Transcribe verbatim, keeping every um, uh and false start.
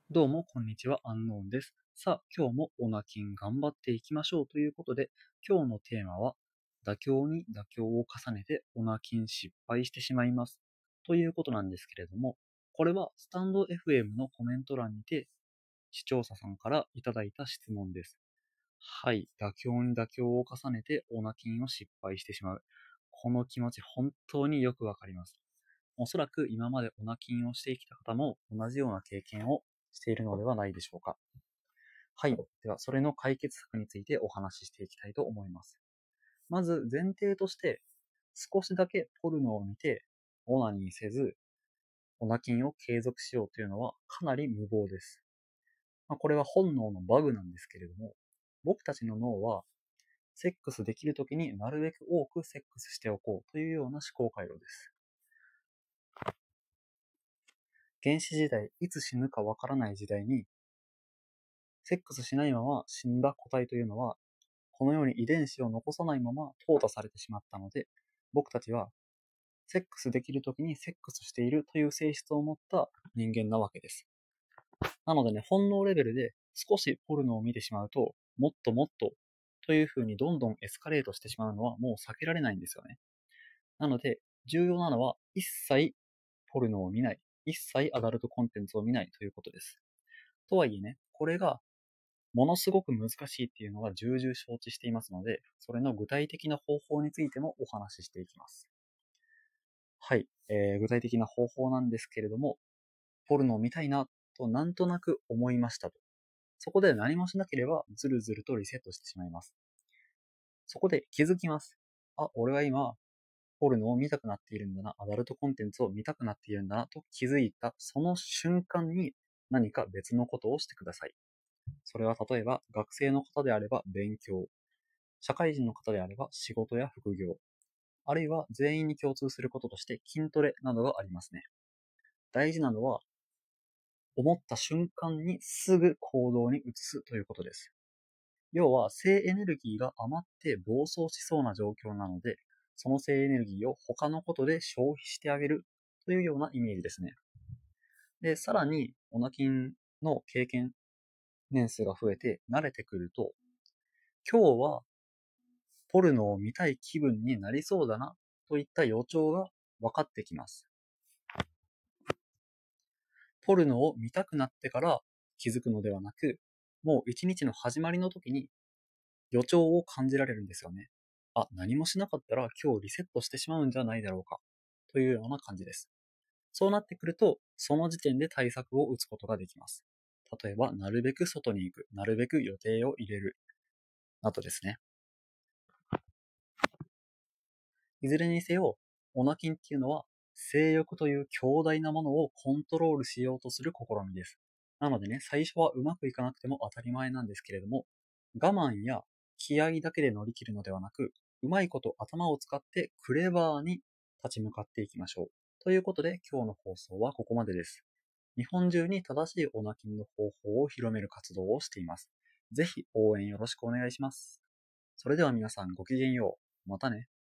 どうも、こんにちは、アンノーンです。さあ、今日もオナキン頑張っていきましょうということで、今日のテーマは、妥協に妥協を重ねてオナキン失敗してしまいます。ということなんですけれども、これはスタンド エフエム のコメント欄にて、視聴者さんからいただいた質問です。はい、妥協に妥協を重ねてオナキンを失敗してしまう。この気持ち、本当によくわかります。おそらく今までオナキンをしてきた方も同じような経験をしているのではないでしょうか。はい。では、それの解決策についてお話ししていきたいと思います。まず、前提として、少しだけポルノを見て、オナニーせず、オナキンを継続しようというのはかなり無謀です。まあ、これは本能のバグなんですけれども、僕たちの脳は、セックスできるときになるべく多くセックスしておこうというような思考回路です。原始時代、いつ死ぬかわからない時代に、セックスしないまま死んだ個体というのは、このように遺伝子を残さないまま淘汰されてしまったので、僕たちはセックスできるときにセックスしているという性質を持った人間なわけです。なのでね、本能レベルで少しポルノを見てしまうと、もっともっとというふうにどんどんエスカレートしてしまうのはもう避けられないんですよね。なので、重要なのは一切ポルノを見ない、一切アダルトコンテンツを見ないということです。とはいえね、これがものすごく難しいっていうのは重々承知していますので、それの具体的な方法についてもお話ししていきます。はい、えー、具体的な方法なんですけれども、ポルノを見たいなとなんとなく思いましたと。そこで何もしなければずるずるとリセットしてしまいます。そこで気づきます。あ、俺は今、ポルノを見たくなっているんだな、アダルトコンテンツを見たくなっているんだなと気づいたその瞬間に何か別のことをしてください。それは例えば学生の方であれば勉強、社会人の方であれば仕事や副業、あるいは全員に共通することとして筋トレなどがありますね。大事なのは、思った瞬間にすぐ行動に移すということです。要は、性エネルギーが余って暴走しそうな状況なので、その性エネルギーを他のことで消費してあげるというようなイメージですね。で、さらに、オナキンの経験年数が増えて慣れてくると、今日はポルノを見たい気分になりそうだなといった予兆が分かってきます。ポルノを見たくなってから気づくのではなく、もう一日の始まりの時に予兆を感じられるんですよね。あ、何もしなかったら今日リセットしてしまうんじゃないだろうかというような感じです。そうなってくると、その時点で対策を打つことができます。例えば、なるべく外に行く、なるべく予定を入れる、などですね。いずれにせよ、オナキンっていうのは、性欲という強大なものをコントロールしようとする試みです。なのでね、最初はうまくいかなくても当たり前なんですけれども、我慢や気合だけで乗り切るのではなく、うまいこと頭を使ってクレバーに立ち向かっていきましょう。ということで、今日の放送はここまでです。日本中に正しいオナキンの方法を広める活動をしています。ぜひ応援よろしくお願いします。それでは皆さんごきげんよう。またね。